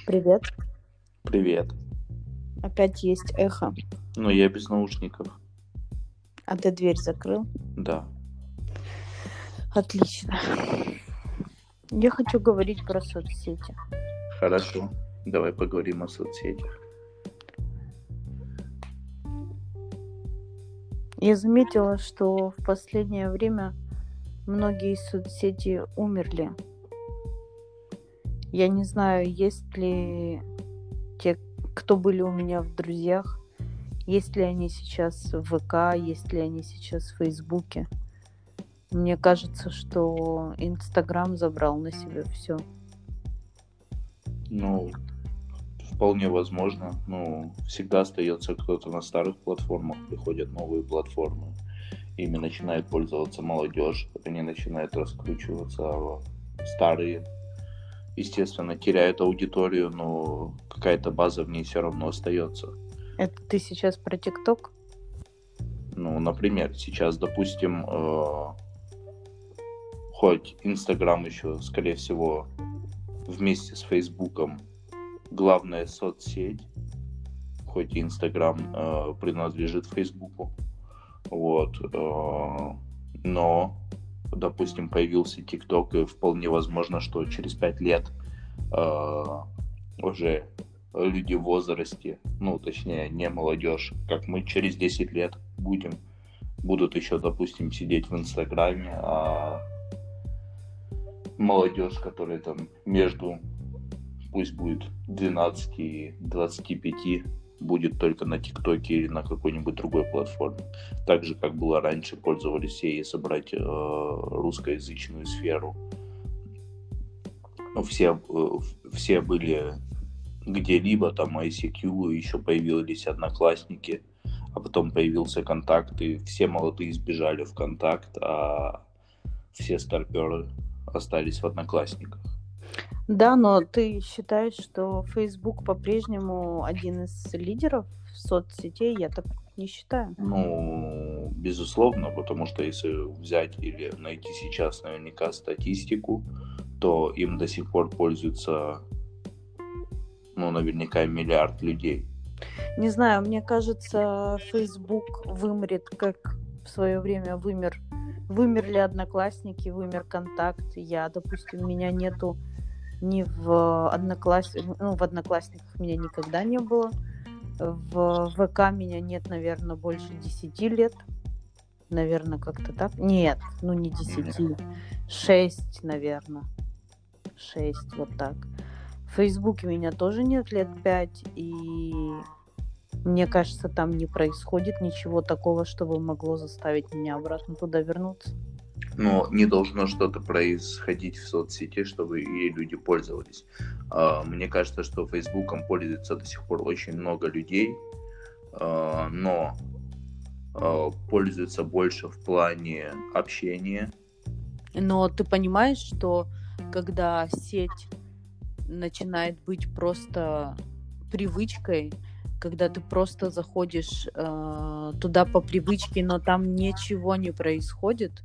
Привет. Привет. Опять есть эхо. Ну, я без наушников. А ты дверь закрыл? Да. Отлично. Я хочу говорить про соцсети. Хорошо. Давай поговорим о соцсетях. Я заметила, что в последнее время многие соцсети умерли. Я не знаю, есть ли те, кто были у меня в друзьях, есть ли они сейчас в ВК, есть ли они сейчас в Фейсбуке. Мне кажется, что Инстаграм забрал на себя все. Ну, вполне возможно. Ну, всегда остается кто-то на старых платформах, приходят новые платформы. Ими начинает пользоваться молодежь, они начинают раскручиваться, а старые, естественно, теряют аудиторию, но какая-то база в ней все равно остается. Это ты сейчас про ТикТок? Ну, например, сейчас, допустим, хоть Инстаграм еще, скорее всего, вместе с Фейсбуком главная соцсеть, хоть и Инстаграм принадлежит Фейсбуку, вот, но, допустим, появился ТикТок, и вполне возможно, что через 5 лет уже люди в возрасте, ну, точнее, не молодежь, как мы через 10 лет будут еще, допустим, сидеть в Инстаграме, а молодежь, которая там между, пусть будет 12 и 25, будет только на ТикТоке или на какой-нибудь другой платформе. Так же, как было раньше, пользовались все, если брать русскоязычную сферу. Ну, все были где-либо, там ICQ, еще появились Одноклассники, а потом появился Контакт, и все молодые сбежали в Контакт, а все старперы остались в Одноклассниках. Да, но ты считаешь, что Facebook по-прежнему один из лидеров соцсетей? Я так не считаю. Ну, безусловно, потому что если взять или найти сейчас наверняка статистику, то им до сих пор пользуются, ну, наверняка миллиард людей. Не знаю, мне кажется, Facebook вымрет, как в свое время вымерли Одноклассники, вымер Контакт. Допустим, меня нету ни в Одноклассниках, в Одноклассниках меня никогда не было. В ВК меня нет, наверное, больше 10 лет. Наверное, как-то так. Нет, не 10. 6, наверное. 6, вот так. В Фейсбуке меня тоже нет лет 5. И мне кажется, там не происходит ничего такого, чтобы могло заставить меня обратно туда вернуться. Но не должно что-то происходить в соцсети, чтобы и люди пользовались. Мне кажется, что Фейсбуком пользуется до сих пор очень много людей, но пользуются больше в плане общения. Но ты понимаешь, что когда сеть начинает быть просто привычкой, когда ты просто заходишь туда по привычке, но там ничего не происходит,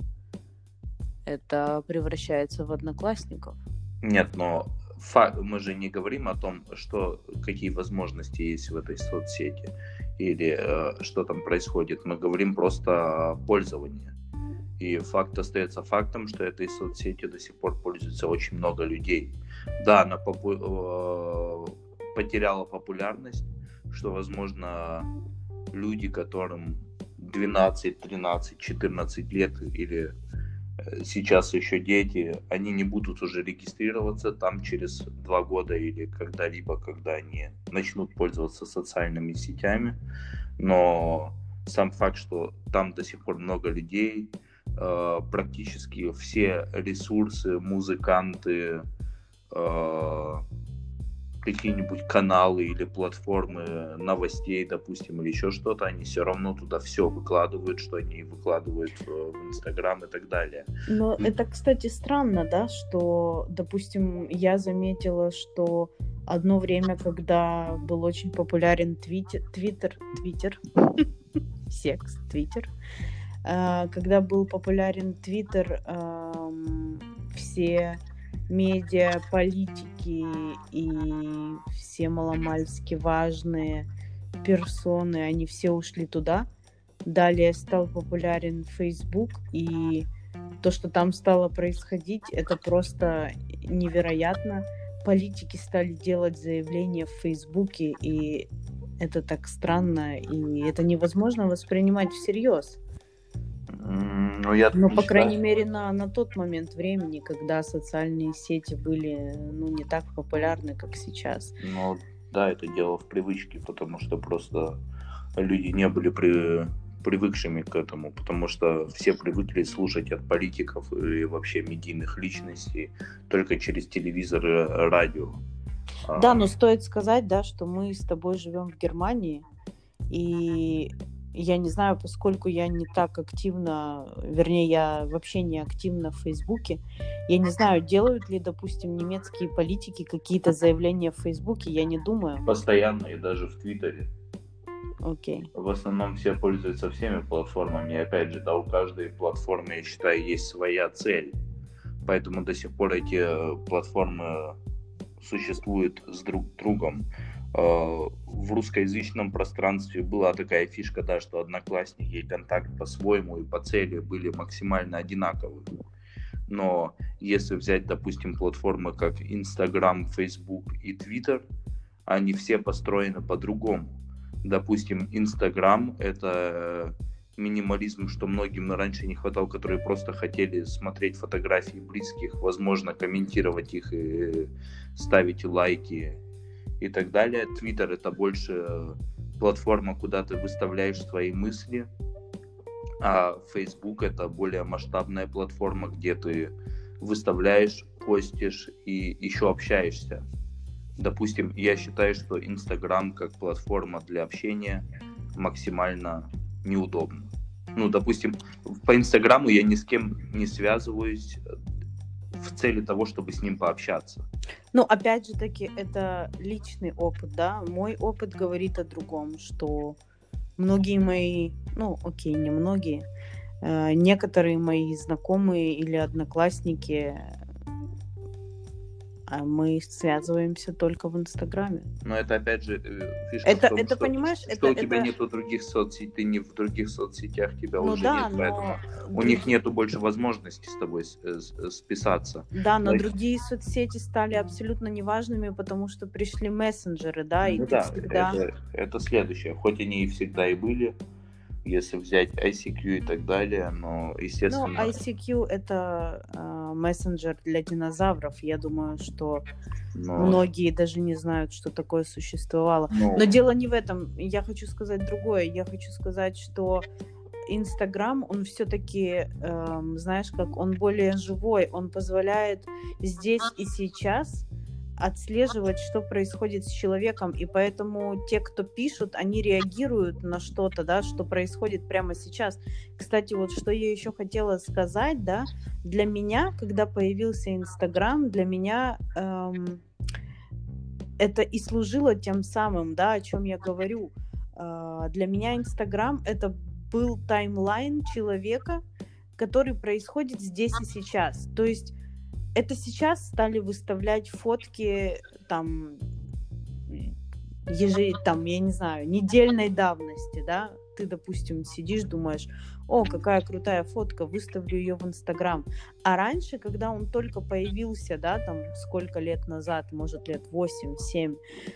это превращается в Одноклассников. Нет, но мы же не говорим о том, какие возможности есть в этой соцсети или что там происходит. Мы говорим просто о пользовании. И факт остается фактом, что этой соцсетью до сих пор пользуется очень много людей. Да, она потеряла популярность, что, возможно, люди, которым 12, 13, 14 лет или сейчас еще дети, они не будут уже регистрироваться там через 2 года или когда-либо, когда они начнут пользоваться социальными сетями. Но сам факт, что там до сих пор много людей, практически все ресурсы, музыканты, какие-нибудь каналы или платформы новостей, допустим, или еще что-то, они все равно туда все выкладывают, что они выкладывают в Инстаграм и так далее. Но это, кстати, странно, да, что, допустим, я заметила, что одно время, когда был очень популярен Твиттер, секс, Твиттер, когда был популярен Твиттер, все медиа, политики и все маломальски важные персоны, они все ушли туда. Далее стал популярен Facebook, и то, что там стало происходить, это просто невероятно. Политики стали делать заявления в Фейсбуке, и это так странно, и это невозможно воспринимать всерьез. Ну, я Но, не по крайней считаю. мере, на тот момент времени, когда социальные сети были, не так популярны, как сейчас. Ну, да, это дело в привычке, потому что просто люди не были привыкшими к этому, потому что все привыкли слушать от политиков и вообще медийных личностей только через телевизор и радио. Да, но стоит сказать, да, что мы с тобой живем в Германии, и я не знаю, поскольку я не так активно, вернее, я вообще не активна в Фейсбуке, я не знаю, делают ли, допустим, немецкие политики какие-то заявления в Фейсбуке, я не думаю. Постоянно и даже в Твиттере. Окей. В основном все пользуются всеми платформами. И опять же, да, у каждой платформы, я считаю, есть своя цель. Поэтому до сих пор эти платформы существуют с друг другом. В русскоязычном пространстве была такая фишка, да, что Одноклассники и Контакт по-своему и по цели были максимально одинаковы. Но если взять, допустим, платформы как Instagram, Facebook и Twitter, они все построены по-другому. Допустим, Instagram — это минимализм, что многим раньше не хватало, которые просто хотели смотреть фотографии близких, возможно, комментировать их и ставить лайки и так далее. Twitter — это больше платформа, куда ты выставляешь свои мысли, а Facebook — это более масштабная платформа, где ты выставляешь, постишь и еще общаешься. Допустим, я считаю, что Instagram как платформа для общения максимально неудобна. Ну, допустим, по Инстаграму я ни с кем не связываюсь в цели того, чтобы с ним пообщаться. Ну, опять же таки, это личный опыт, да. Мой опыт говорит о другом, что многие мои, не многие, некоторые мои знакомые или одноклассники, мы связываемся только в Инстаграме. Но это опять же фишка Это, в том, что, понимаешь, что у тебя нету других соцсетей, ты не в других соцсетях, тебя уже да, нет, поэтому у них нету больше возможности с тобой списаться. Да, но другие соцсети стали абсолютно неважными, потому что пришли мессенджеры, да, и ты всегда... это следующее, хоть они и всегда и были, если взять ICQ и так далее, но, естественно... ICQ — это мессенджер для динозавров. Я думаю, что многие даже не знают, что такое существовало. Но дело не в этом. Я хочу сказать другое. Я хочу сказать, что Инстаграм, он все-таки, знаешь, как он более живой. Он позволяет здесь и сейчас отслеживать, что происходит с человеком, и поэтому те, кто пишут, они реагируют на что-то, да, что происходит прямо сейчас. Кстати, вот что я еще хотела сказать, да, для меня, когда появился Инстаграм, для меня это и служило тем самым, да, о чем я говорю. Для меня Инстаграм — это был таймлайн человека, который происходит здесь и сейчас. То есть это сейчас стали выставлять фотки там, я не знаю, недельной давности, да? Ты, допустим, сидишь, думаешь, о, какая крутая фотка, выставлю ее в Инстаграм. А раньше, когда он только появился, да, там, сколько лет назад, может, лет 8-7,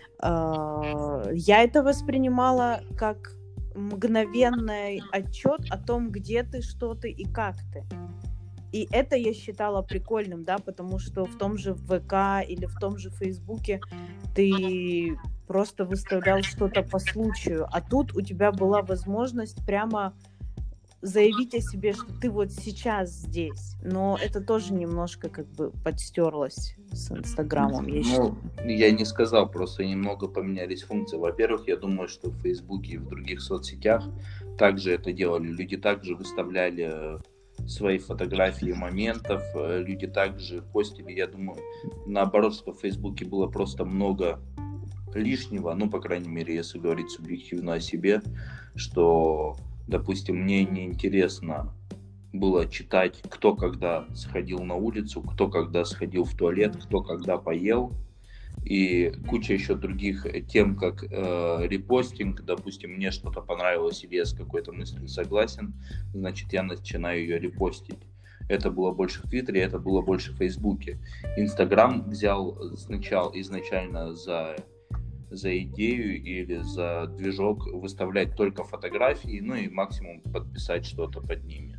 я это воспринимала как мгновенный отчет о том, где ты, что ты и как ты. И это я считала прикольным, да, потому что в том же ВК или в том же Фейсбуке ты просто выставлял что-то по случаю, а тут у тебя была возможность прямо заявить о себе, что ты вот сейчас здесь. Но это тоже немножко как бы подстерлось с Инстаграмом, я считаю. Я не сказал, просто немного поменялись функции. Во-первых, я думаю, что в Фейсбуке и в других соцсетях также это делали. Люди также выставляли свои фотографии моментов, люди также постили, я думаю, наоборот, что в Фейсбуке было просто много лишнего, по крайней мере, если говорить субъективно о себе, что, допустим, мне не интересно было читать, кто когда сходил на улицу, кто когда сходил в туалет, кто когда поел. И куча еще других тем, как репостинг. Допустим, мне что-то понравилось или я с какой-то мыслью согласен, значит, я начинаю ее репостить. Это было больше в Твиттере, это было больше в Фейсбуке. Инстаграм взял сначала изначально за идею или за движок выставлять только фотографии, ну и максимум подписать что-то под ними.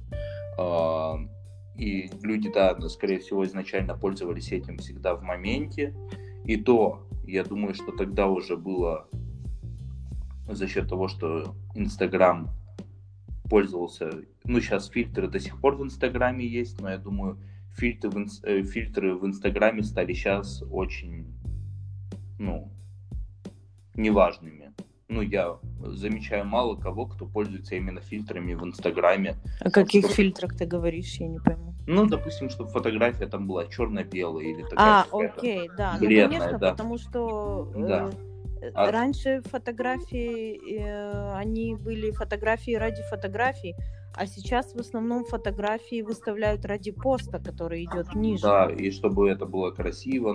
И люди, да, скорее всего, изначально пользовались этим всегда в моменте. И то, я думаю, что тогда уже было за счет того, что Инстаграм пользовался... Ну, сейчас фильтры до сих пор в Инстаграме есть, но я думаю, фильтры в Инстаграме стали сейчас очень, неважными. Я замечаю мало кого, кто пользуется именно фильтрами в Инстаграме. О каких фильтрах ты говоришь, я не пойму. Допустим, чтобы фотография там была черно-белая или такая окей, да. бледная, Конечно, да. Потому что Да. раньше фотографии, они были фотографии ради фотографий, а сейчас в основном фотографии выставляют ради поста, который идет ниже. Да, и чтобы это было красиво,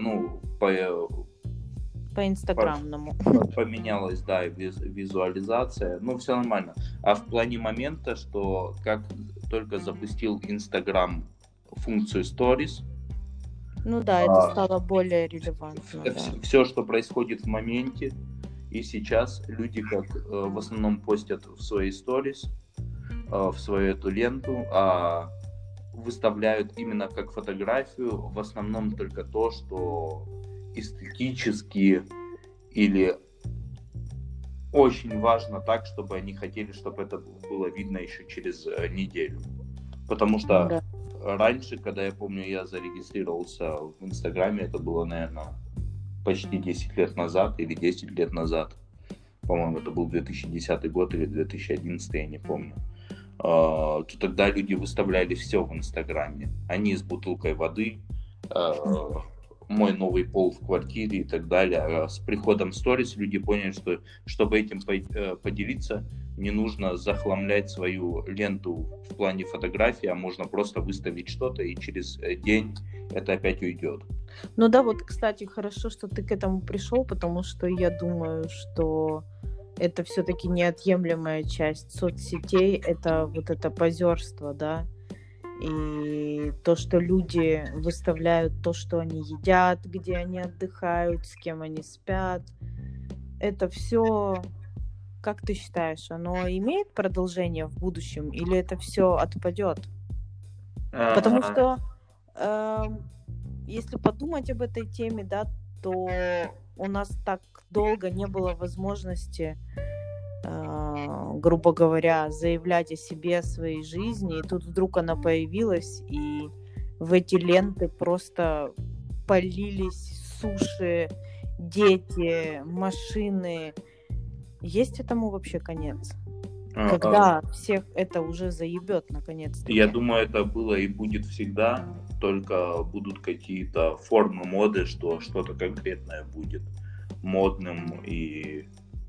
по инстаграмному. Поменялась, да, визуализация, все нормально. А в плане момента, что как только запустил Инстаграм функцию Stories, это стало более релевантно. Все, что происходит в моменте, и сейчас люди как в основном постят в свои Stories, в свою эту ленту, выставляют именно как фотографию в основном только то, что эстетически или очень важно так, чтобы они хотели, чтобы это было видно еще через неделю. Потому что раньше, когда я помню, я зарегистрировался в Инстаграме, это было, наверное, почти 10 лет назад или 10 лет назад. По-моему, это был 2010 год или 2011, я не помню. То тогда люди выставляли все в Инстаграме. Они с бутылкой воды, мой новый пол в квартире и так далее. А с приходом сторис люди поняли, что чтобы этим поделиться, не нужно захламлять свою ленту в плане фотографии, а можно просто выставить что-то, и через день это опять уйдет. Кстати, хорошо, что ты к этому пришел, потому что я думаю, что это все-таки неотъемлемая часть соцсетей, это это позерство, да, и то, что люди выставляют то, что они едят, где они отдыхают, с кем они спят, это все, как ты считаешь, оно имеет продолжение в будущем или это все отпадет? Потому что если подумать об этой теме, да, то у нас так долго не было возможности, грубо говоря, заявлять о себе, о своей жизни, и тут вдруг она появилась, и в эти ленты просто полились суши, дети, машины. Есть этому вообще конец? Когда всех это уже заебет, наконец-то? Я думаю, это было и будет всегда, только будут какие-то формы моды, что что-то конкретное будет модным и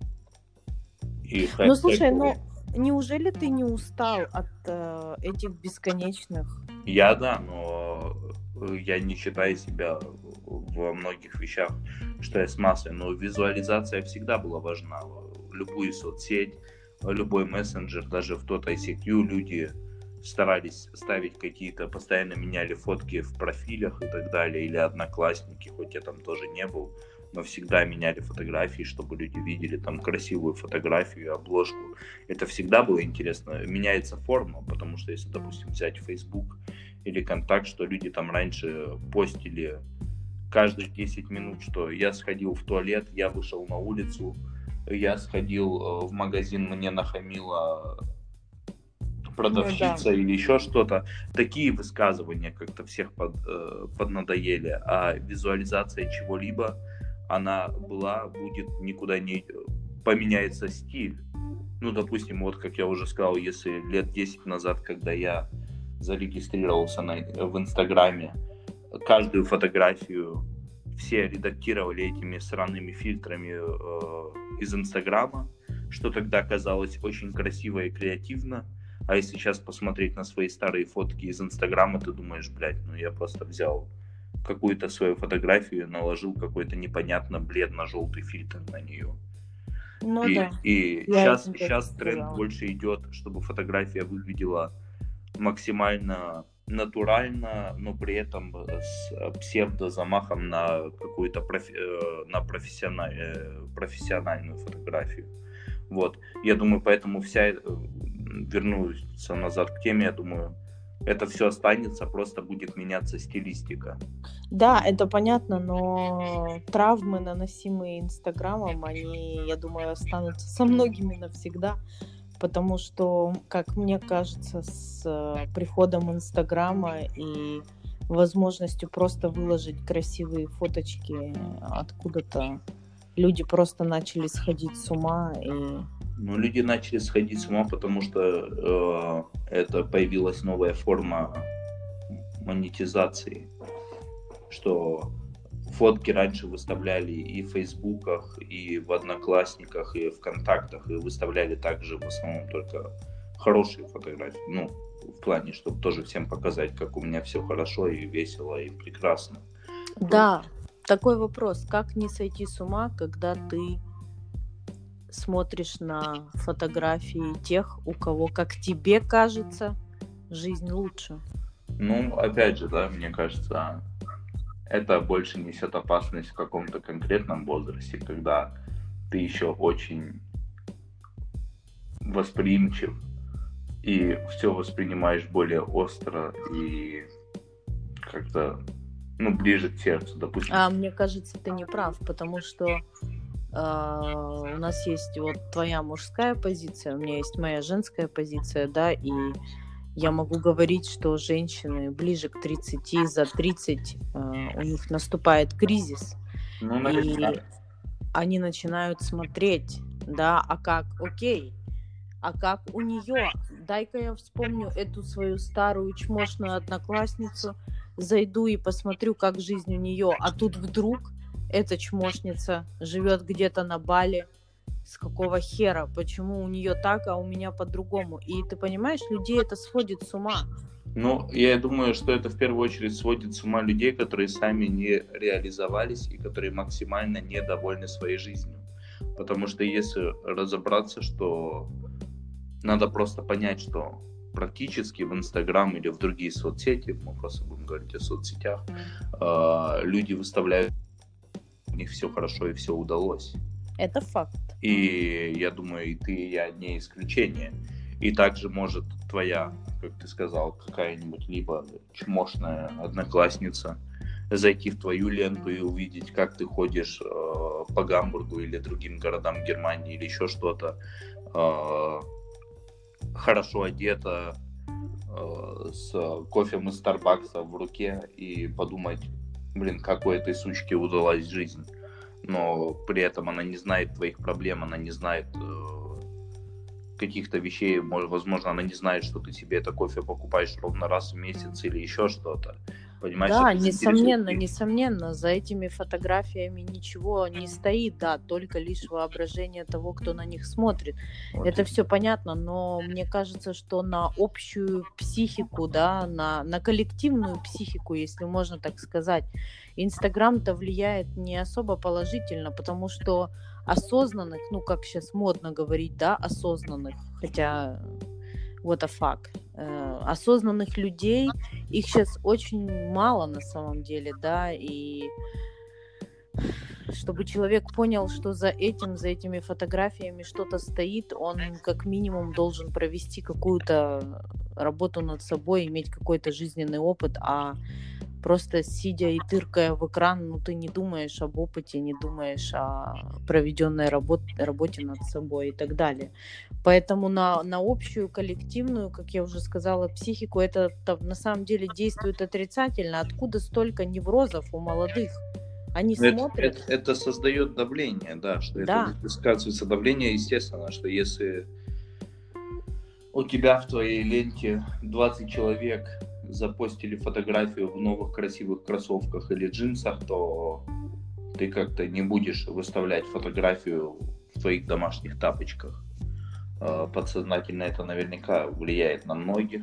слушай, неужели ты не устал от этих бесконечных? Но я не считаю себя во многих вещах, что я с массой, но визуализация всегда была важна. Любую соцсеть, любой мессенджер, даже в тот ICQ люди старались ставить какие-то, постоянно меняли фотки в профилях и так далее, или Одноклассники, хоть я там тоже не был, но всегда меняли фотографии, чтобы люди видели там красивую фотографию, обложку. Это всегда было интересно. Меняется форма, потому что если, допустим, взять Facebook или Контакт, что люди там раньше постили каждые 10 минут, что я сходил в туалет, я вышел на улицу, я сходил в магазин, мне нахамила продавщица или еще что-то. Такие высказывания как-то всех поднадоели, а визуализация чего-либо, она будет, никуда не поменяется стиль. Допустим, как я уже сказал, если лет 10 назад, когда я зарегистрировался в Инстаграме, каждую фотографию все редактировали этими сраными фильтрами из Инстаграма, что тогда казалось очень красиво и креативно, А если сейчас посмотреть на свои старые фотки из Инстаграма, ты думаешь, блядь, ну я просто взял какую-то свою фотографию, наложил какой-то непонятно бледно-желтый фильтр на нее. Ну да, И я этим тоже сейчас тренд страдала. больше идет, чтобы фотография выглядела максимально натурально, но при этом с псевдозамахом на какую-то профессиональную фотографию. Вот. Я думаю, поэтому вернусь назад к теме, я думаю, это все останется, просто будет меняться стилистика. Да, это понятно, но травмы, наносимые Инстаграмом, они, я думаю, останутся со многими навсегда, потому что, как мне кажется, с приходом Инстаграма и возможностью просто выложить красивые фоточки откуда-то, люди просто начали сходить с ума и... Ну, люди начали сходить с ума, потому что это появилась новая форма монетизации, что фотки раньше выставляли и в Фейсбуках, и в Одноклассниках, и в ВКонтактах, и выставляли также в основном только хорошие фотографии, ну, в плане, чтобы тоже всем показать, как у меня все хорошо и весело и прекрасно. Да, такой вопрос, как не сойти с ума, когда ты смотришь на фотографии тех, у кого, как тебе кажется, жизнь лучше? Ну, опять же, да, мне кажется, это больше несет опасность в каком-то конкретном возрасте, когда ты еще очень восприимчив и все воспринимаешь более остро и как-то, ну, ближе к сердцу, допустим. Мне кажется, ты не прав, потому что у нас есть вот твоя мужская позиция, у меня есть моя женская позиция, да, и я могу говорить, что женщины ближе к 30, за 30 у них наступает кризис, Ну, и наверное. они начинают смотреть, да, а как у нее? Дай-ка я вспомню эту свою старую чмошную одноклассницу, зайду и посмотрю, как жизнь у нее, а тут вдруг эта чмошница живет где-то на Бали. С какого хера? Почему у нее так, а у меня по-другому? И ты понимаешь, людей это сводит с ума. Ну, я думаю, что это в первую очередь сводит с ума людей, которые сами не реализовались и которые максимально недовольны своей жизнью. Потому что если разобраться, что надо просто понять, что практически в Инстаграм или в другие соцсети, мы просто будем говорить о соцсетях, люди выставляют, у них все хорошо и все удалось. Это факт. И я думаю, и ты, и я не исключение. И также может твоя, как ты сказал, какая-нибудь либо чмошная одноклассница зайти в твою ленту и увидеть, как ты ходишь по Гамбургу или другим городам Германии или еще что-то, хорошо одета, с кофем из Старбакса в руке и подумать, блин, как у этой сучки удалась жизнь. Но при этом она не знает твоих проблем, она не знает каких-то вещей, возможно, она не знает, что ты себе это кофе покупаешь ровно раз в месяц или еще что-то. Понимаешь, Да, это несомненно, за этими фотографиями ничего не стоит, да, только лишь воображение того, кто на них смотрит. Вот. Это все понятно, но мне кажется, что на общую психику, да, на коллективную психику, если можно так сказать, Инстаграм-то влияет не особо положительно, потому что осознанных, ну, как сейчас модно говорить, да, осознанных, хотя what the fuck, осознанных людей, их сейчас очень мало на самом деле, да, и чтобы человек понял, что за этими фотографиями что-то стоит, он как минимум должен провести какую-то работу над собой, иметь какой-то жизненный опыт, а просто сидя и тыркая в экран, ну ты не думаешь об опыте, не думаешь о проведенной работе над собой и так далее. Поэтому на общую коллективную, как я уже сказала, психику это на самом деле действует отрицательно. Откуда столько неврозов у молодых? Они смотрят. Это создает давление, да, что Да. это сказывается давление, естественно, что если у тебя в твоей ленте 20 человек запостили фотографию в новых красивых кроссовках или джинсах, то ты как-то не будешь выставлять фотографию в твоих домашних тапочках. подсознательно это наверняка влияет на многих.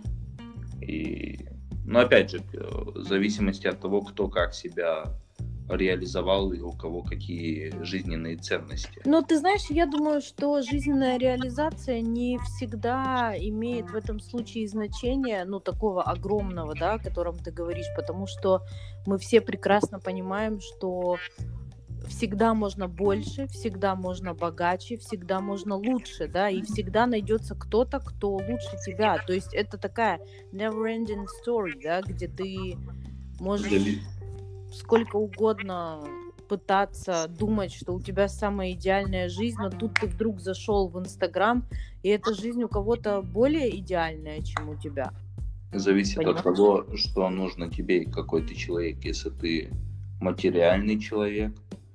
Но опять же, в зависимости от того, кто как себя реализовал и у кого какие жизненные ценности. Но ты знаешь, я думаю, что жизненная реализация не всегда имеет в этом случае значение, такого огромного, да, о котором ты говоришь, потому что мы все прекрасно понимаем, что всегда можно больше, всегда можно богаче, всегда можно лучше, да, и всегда найдется кто-то, кто лучше тебя. То есть это такая never-ending story, да, где ты можешь сколько угодно пытаться думать, что у тебя самая идеальная жизнь, но тут ты вдруг зашел в Инстаграм, и эта жизнь у кого-то более идеальная, чем у тебя. Зависит от того, что нужно тебе и какой ты человек. Если ты материальный человек,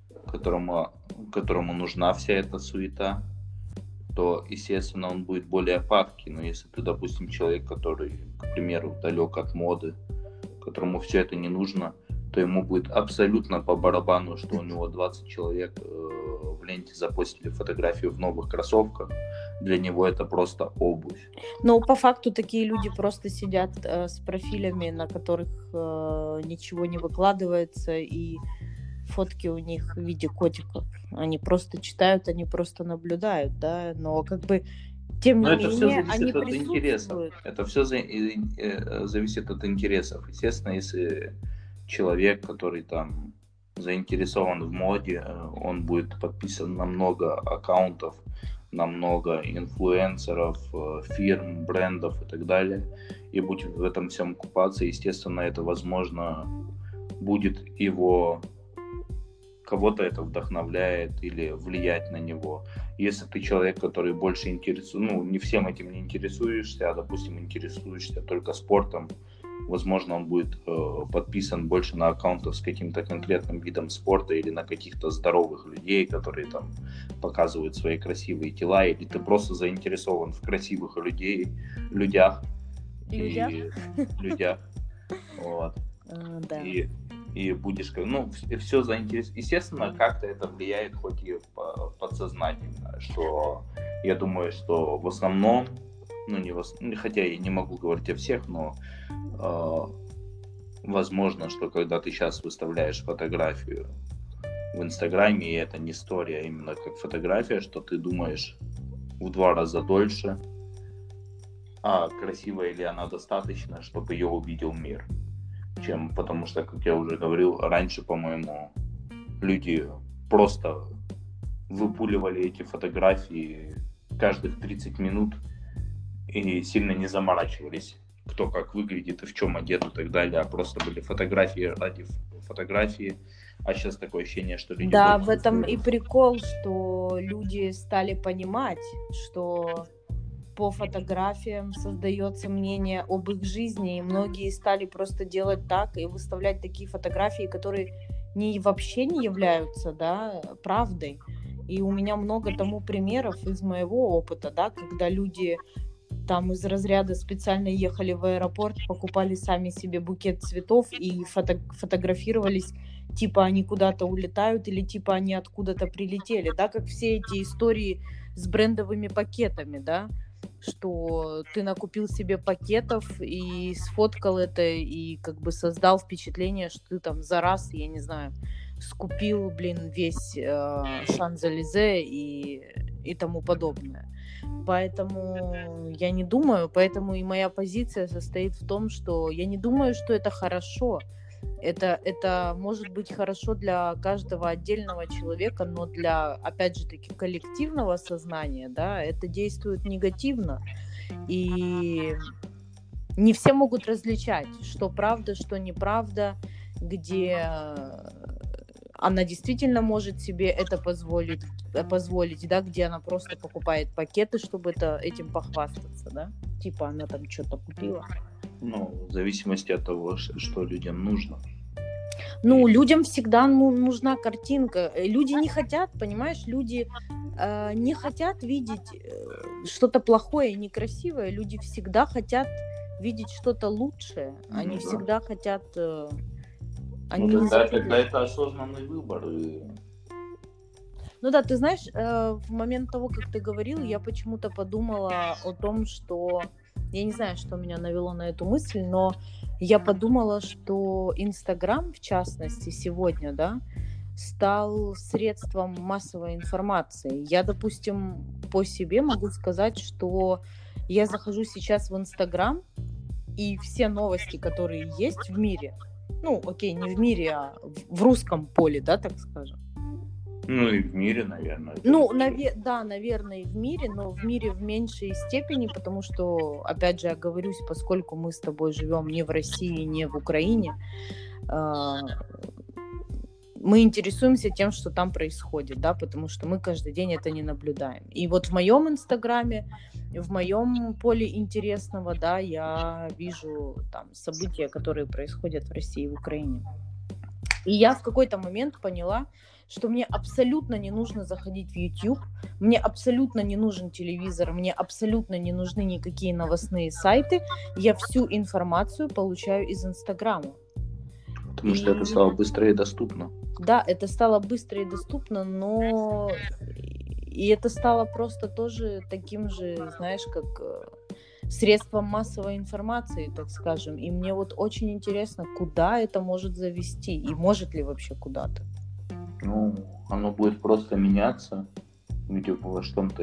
которому нужна вся эта суета, то, естественно, он будет более падкий. Но если ты, допустим, человек, который, к примеру, далек от моды, которому все это не нужно, то ему будет абсолютно по барабану, что у него 20 человек в ленте запостили фотографию в новых кроссовках. Для него это просто обувь. Но по факту такие люди просто сидят с профилями, на которых ничего не выкладывается, и фотки у них в виде котиков. Они просто читают, они просто наблюдают, да, но как бы тем не менее они присутствуют. Это все зависит от интересов. Естественно, если человек, который там заинтересован в моде, он будет подписан на много аккаунтов, на много инфлюенсеров, фирм, брендов и так далее, и будет в этом всем купаться, естественно, это, возможно, будет его... Кого-то это вдохновляет или влияет на него. Если ты человек, который больше интересуется, не всем этим не интересуешься, а, допустим, интересуешься только спортом, возможно, он будет подписан больше на аккаунтов с каким-то конкретным видом спорта или на каких-то здоровых людей, которые там показывают свои красивые тела, или ты просто заинтересован в красивых людях. Вот. Да. И будешь, все заинтересован. Естественно, как-то это влияет, хоть и подсознательно, что я думаю, что в основном, хотя я не могу говорить о всех, но возможно, что когда ты сейчас выставляешь фотографию в Инстаграме, и это не история, а именно как фотография, что ты думаешь в 2 раза дольше, красивая ли она достаточно, чтобы ее увидел мир. Потому что, как я уже говорил, раньше, по-моему, люди просто выпуливали эти фотографии каждых 30 минут и сильно не заморачивались, кто как выглядит и в чем одет и так далее, а просто были фотографии ради фотографии. А сейчас такое ощущение, что люди... Да, в этом и прикол, что люди стали понимать, что по фотографиям создается мнение об их жизни, и многие стали просто делать так и выставлять такие фотографии, которые вообще не являются, да, правдой. И у меня много тому примеров из моего опыта, да, когда люди там из разряда специально ехали в аэропорт, покупали сами себе букет цветов и фотографировались, типа они куда-то улетают или типа они откуда-то прилетели, да, как все эти истории с брендовыми пакетами, да, что ты накупил себе пакетов и сфоткал это, и как бы создал впечатление, что ты там за раз, я не знаю, скупил, весь Шанзелизе и тому подобное. Поэтому я не думаю, поэтому и моя позиция состоит в том, что я не думаю, что это хорошо. Это может быть хорошо для каждого отдельного человека, но для, опять же таки, коллективного сознания, да, это действует негативно. И не все могут различать, что правда, что неправда, где она действительно может себе это позволить, да, где она просто покупает пакеты, чтобы этим похвастаться, да, типа она там что-то купила. В зависимости от того, что людям нужно. Людям всегда нужна картинка. Люди не хотят, понимаешь, люди не хотят видеть что-то плохое и некрасивое. Люди всегда хотят видеть что-то лучшее. Они всегда хотят... Тогда это осознанный выбор. Ну да, ты знаешь, в момент того, как ты говорил, я почему-то подумала о том, что... Я не знаю, что меня навело на эту мысль, но я подумала, что Инстаграм, в частности, сегодня, да, стал средством массовой информации. Я, допустим, по себе могу сказать, что я захожу сейчас в Инстаграм, и все новости, которые есть в мире, ну, окей, не в мире, а в русском поле, да, так скажем. Ну и в мире, наверное. Ну, да, наверное, и в мире, но в мире в меньшей степени, потому что, опять же, я оговорюсь, поскольку мы с тобой живем не в России, не в Украине, мы интересуемся тем, что там происходит, да, потому что мы каждый день это не наблюдаем. И вот в моем Инстаграме, в моем поле интересного, да, я вижу там события, которые происходят в России и в Украине. И я в какой-то момент поняла, что мне абсолютно не нужно заходить в YouTube, мне абсолютно не нужен телевизор, мне абсолютно не нужны никакие новостные сайты. Я всю информацию получаю из Инстаграма. Потому что это стало быстро и доступно. Да, это стало быстро и доступно, но и это стало просто тоже таким же, знаешь, как средством массовой информации, так скажем. И мне вот очень интересно, куда это может завести, и может ли вообще куда-то. Ну, оно будет просто меняться, где во что-то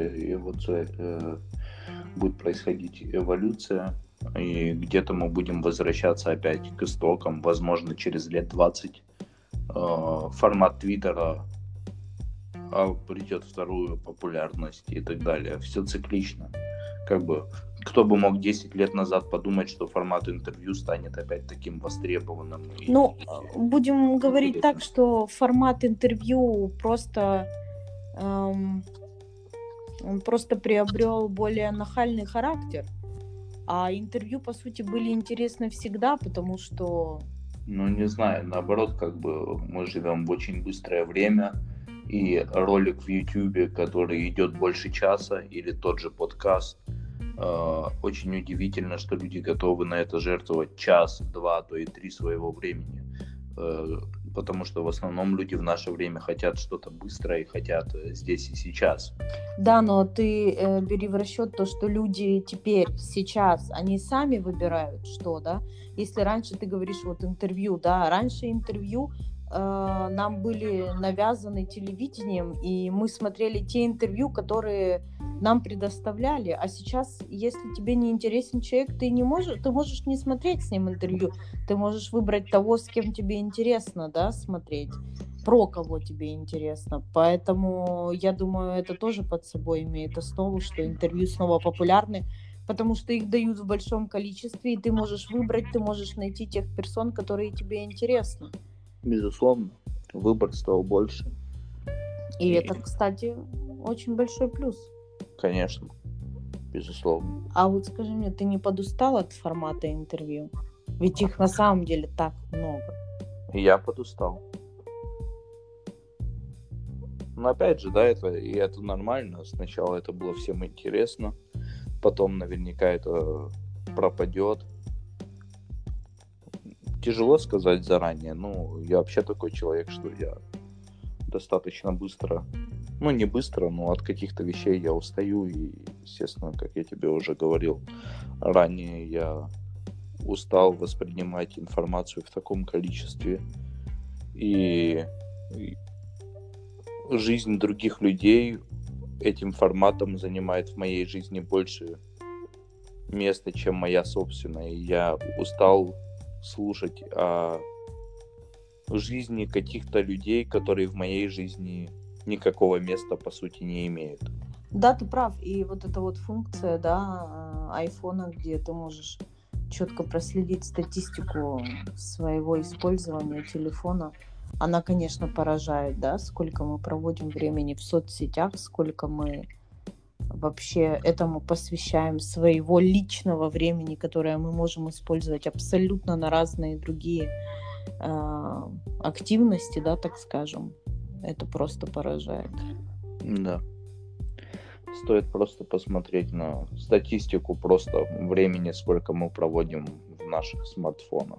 будет происходить эволюция, и где-то мы будем возвращаться опять к истокам, возможно, через лет 20 формат Твиттера обретет вторую популярность и так далее. Все циклично. Как бы, кто бы мог 10 лет назад подумать, что формат интервью станет опять таким востребованным. Ну, будем говорить так, что формат интервью просто он просто приобрел более нахальный характер. А интервью, по сути, были интересны всегда, потому что... Ну, не знаю, наоборот, как бы мы живем в очень быстрое время, и ролик в Ютубе, который идет больше часа, или тот же подкаст, очень удивительно, что люди готовы на это жертвовать час, два, то и 3 своего времени. Потому что в основном люди в наше время хотят что-то быстрое и хотят здесь и сейчас. Да, но ты бери в расчет то, что люди теперь, сейчас, они сами выбирают что, да? Если раньше ты говоришь вот интервью, да, раньше интервью нам были навязаны телевидением, и мы смотрели те интервью, которые нам предоставляли. А сейчас, если тебе не интересен человек, ты можешь не смотреть с ним интервью. Ты можешь выбрать того, с кем тебе интересно, да, смотреть, про кого тебе интересно. Поэтому я думаю, это тоже под собой имеет основу, что интервью снова популярны, потому что их дают в большом количестве, и ты можешь выбрать, ты можешь найти тех персон, которые тебе интересны. Безусловно, выбор стал больше. И это, кстати, очень большой плюс. Конечно, безусловно. А вот скажи мне, ты не подустал от формата интервью? Ведь их на самом деле так много. Я подустал. Но опять же, да, это нормально. Сначала это было всем интересно, потом наверняка это пропадет. Тяжело сказать заранее. Ну, я вообще такой человек, что я достаточно быстро, ну, не быстро, но от каких-то вещей я устаю. И, естественно, как я тебе уже говорил ранее, я устал воспринимать информацию в таком количестве. И жизнь других людей этим форматом занимает в моей жизни больше места, чем моя собственная. И я устал слушать о жизни каких-то людей, которые в моей жизни никакого места, по сути, не имеют. Да, ты прав. И вот эта вот функция, да, айфона, где ты можешь четко проследить статистику своего использования телефона, она, конечно, поражает, да, сколько мы проводим времени в соцсетях, сколько мы вообще этому посвящаем своего личного времени, которое мы можем использовать абсолютно на разные другие активности, да, так скажем. Это просто поражает. Да. Стоит просто посмотреть на статистику просто времени, сколько мы проводим в наших смартфонах.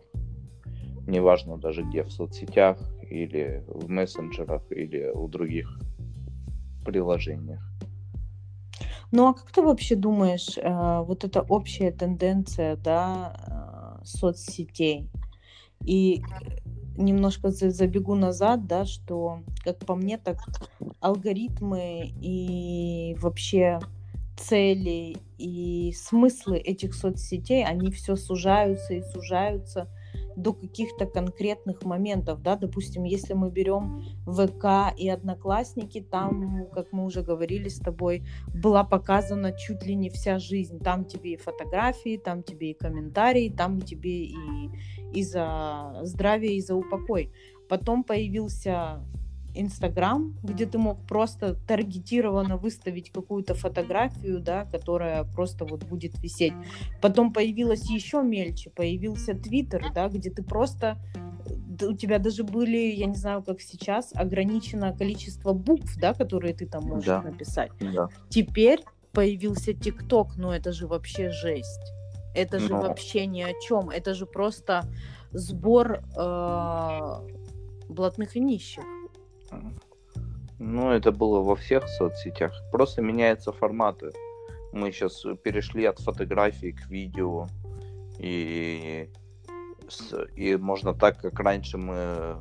Неважно даже где, в соцсетях или в мессенджерах или у других приложениях. Ну, а как ты вообще думаешь, вот эта общая тенденция, да, соцсетей, и немножко забегу назад, да, что, как по мне, так алгоритмы и вообще цели и смыслы этих соцсетей, они все сужаются и сужаются до каких-то конкретных моментов, да, допустим, если мы берем ВК и Одноклассники, там, как мы уже говорили с тобой, была показана чуть ли не вся жизнь, там тебе и фотографии, там тебе и комментарии, там тебе и за здравие, и за упокой. Потом появился Инстаграм, где ты мог просто таргетированно выставить какую-то фотографию, да, которая просто вот будет висеть. Потом появилось еще мельче, появился Твиттер, да, где ты просто... У тебя даже были, я не знаю, как сейчас, ограниченное количество букв, да, которые ты там можешь написать. Да. Теперь появился ТикТок, ну это же вообще жесть. Это же вообще ни о чем. Это же просто сбор блатных и нищих. Ну, это было во всех соцсетях. Просто меняются форматы. Мы сейчас перешли от фотографий к видео. И можно так, как раньше мы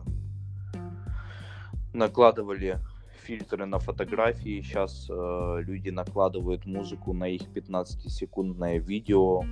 накладывали фильтры на фотографии, сейчас люди накладывают музыку на их 15-секундное видео.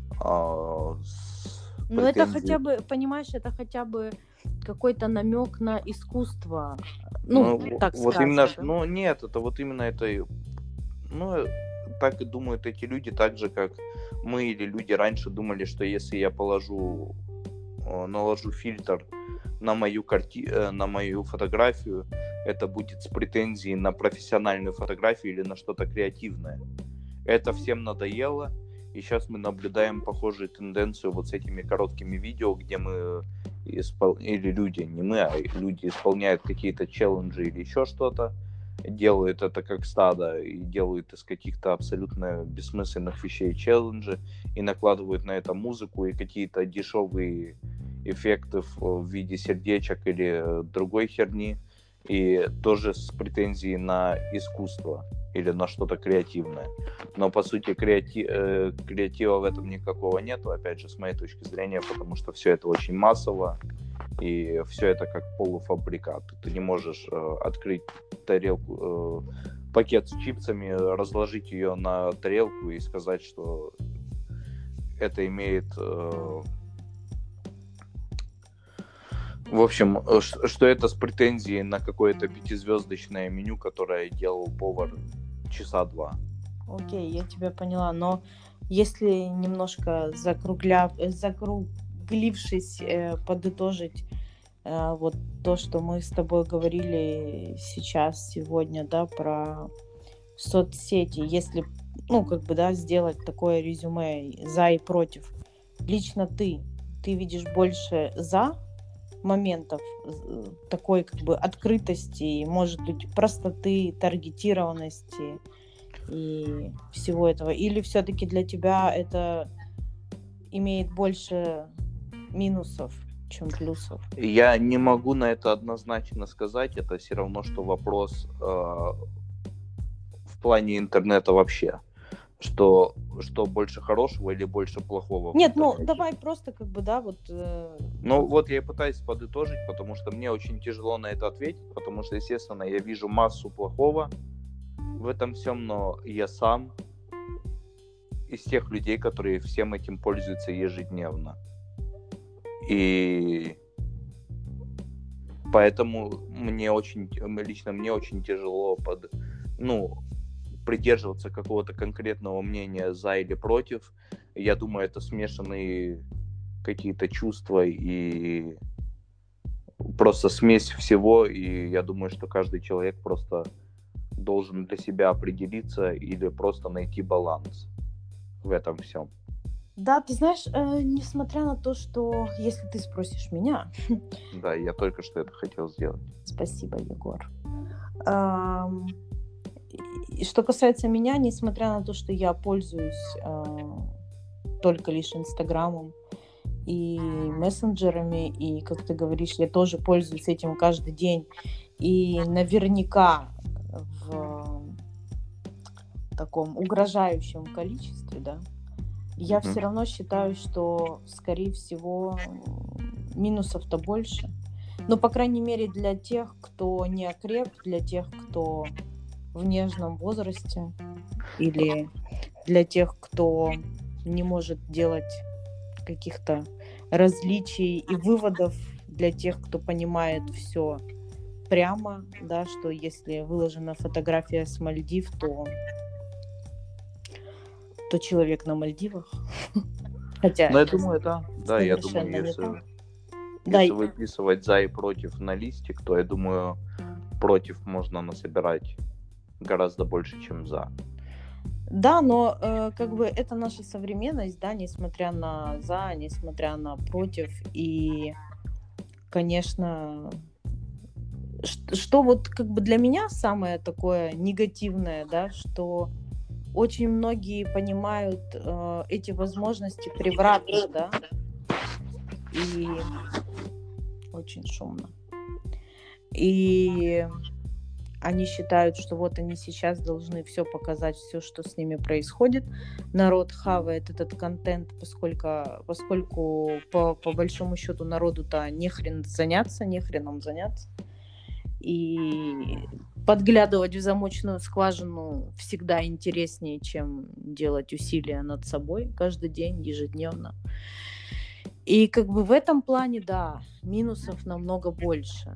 Ну, это хотя бы, понимаешь, это хотя бы какой-то намек на искусство. Ну так вот сказать. Именно, ну, нет, это вот именно это... Ну, так и думают эти люди, так же, как мы или люди раньше думали, что если я наложу фильтр на мою фотографию, это будет с претензией на профессиональную фотографию или на что-то креативное. Это всем надоело, и сейчас мы наблюдаем похожую тенденцию вот с этими короткими видео, где мы или люди, не мы, а люди исполняют какие-то челленджи или еще что-то, делают это как стадо и делают из каких-то абсолютно бессмысленных вещей челленджи и накладывают на это музыку и какие-то дешевые эффекты в виде сердечек или другой херни, и тоже с претензией на искусство или на что-то креативное. Но по сути креатива в этом никакого нету, опять же, с моей точки зрения, потому что все это очень массово, и все это как полуфабрикат. Ты не можешь открыть тарелку, пакет с чипсами, разложить ее на тарелку и сказать, что это имеет... В общем, что это с претензией на какое-то 5-звездочное меню, которое делал повар часа 2. Окей, я тебя поняла, но если немножко закруглившись, подытожить вот то, что мы с тобой говорили сегодня, да, про соцсети, если, ну, как бы, да, сделать такое резюме за и против, лично ты видишь больше за моментов такой как бы открытости, может быть, простоты, таргетированности и всего этого? Или все-таки для тебя это имеет больше минусов, чем плюсов? Я не могу на это однозначно сказать. Это все равно, что вопрос в плане интернета вообще. Что больше хорошего или больше плохого? Нет, ну давай просто как бы, да, вот... Ну вот я пытаюсь подытожить, потому что мне очень тяжело на это ответить, потому что, естественно, я вижу массу плохого в этом всем, но я сам из тех людей, которые всем этим пользуются ежедневно. И поэтому лично мне очень тяжело придерживаться какого-то конкретного мнения за или против. Я думаю, это смешанные какие-то чувства и просто смесь всего. И я думаю, что каждый человек просто должен для себя определиться или просто найти баланс в этом всем. Да, ты знаешь, несмотря на то, что если ты спросишь меня... Да, я только что это хотел сделать. Спасибо, Егор. И что касается меня, несмотря на то, что я пользуюсь только лишь Инстаграмом и мессенджерами, и, как ты говоришь, я тоже пользуюсь этим каждый день, и наверняка в таком угрожающем количестве, да, я все равно считаю, что, скорее всего, минусов-то больше. Но, по крайней мере, для тех, кто не окреп, для тех, кто в нежном возрасте, или для тех, кто не может делать каких-то различий и выводов, для тех, кто понимает все прямо, да, что если выложена фотография с Мальдив, то человек на Мальдивах. Хотя Ну, я думаю, да. Да, я думаю, совершенно не если так. Да, если выписывать за и против на листик, то я думаю, против можно насобирать гораздо больше, чем за. да, но как бы это наша современность, да, несмотря на за, несмотря на против. И, конечно, что вот как бы для меня самое такое негативное, да, что очень многие понимают эти возможности превратно, да, и очень шумно. И они считают, что вот они сейчас должны все показать, все, что с ними происходит. Народ хавает этот контент, поскольку по большому счету народу-то нехреном заняться. И подглядывать в замочную скважину всегда интереснее, чем делать усилия над собой каждый день, ежедневно. И как бы в этом плане, да, минусов намного больше.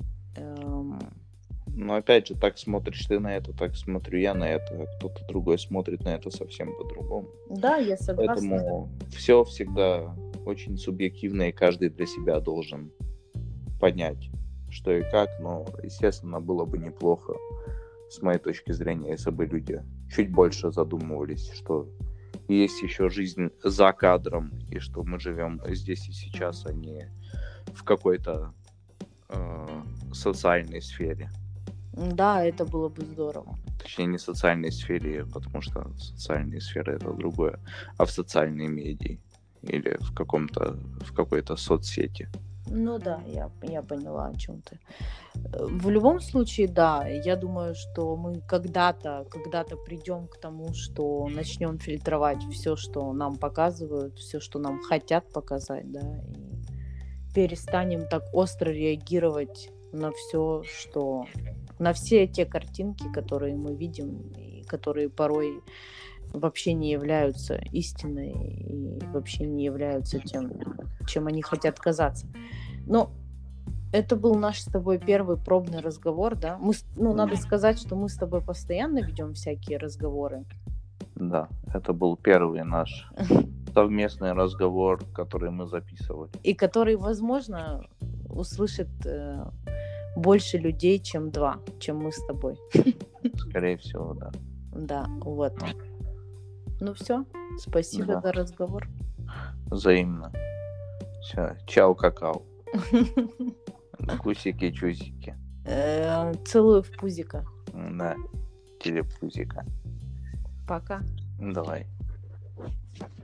Но опять же, так смотришь ты на это, так смотрю я на это, а кто-то другой смотрит на это совсем по-другому. Да, я согласна. Поэтому все всегда очень субъективно, и каждый для себя должен понять, что и как. Но, естественно, было бы неплохо, с моей точки зрения, если бы люди чуть больше задумывались, что есть еще жизнь за кадром, и что мы живем здесь и сейчас, а не в какой-то социальной сфере. Да, это было бы здорово. Точнее, не в социальной сфере, потому что социальные сферы это другое, а в социальной медии или в какой-то соцсети. Ну да, я поняла, о чем ты. В любом случае, да, я думаю, что мы когда-то придем к тому, что начнем фильтровать все, что нам показывают, все, что нам хотят показать, да, и перестанем так остро реагировать на все, на все те картинки, которые мы видим, и которые порой вообще не являются истиной и вообще не являются тем, чем они хотят казаться. Но это был наш с тобой первый пробный разговор, да? Надо сказать, что мы с тобой постоянно ведем всякие разговоры. Да, это был первый наш совместный разговор, который мы записывали. И который, возможно, услышит больше людей, чем мы с тобой. Скорее всего, да. Да, вот. Ну все, спасибо за разговор. Взаимно. Все, чао, какао. Кусики-чусики. Целую в пузико. Да, телепузика. Пока. Давай.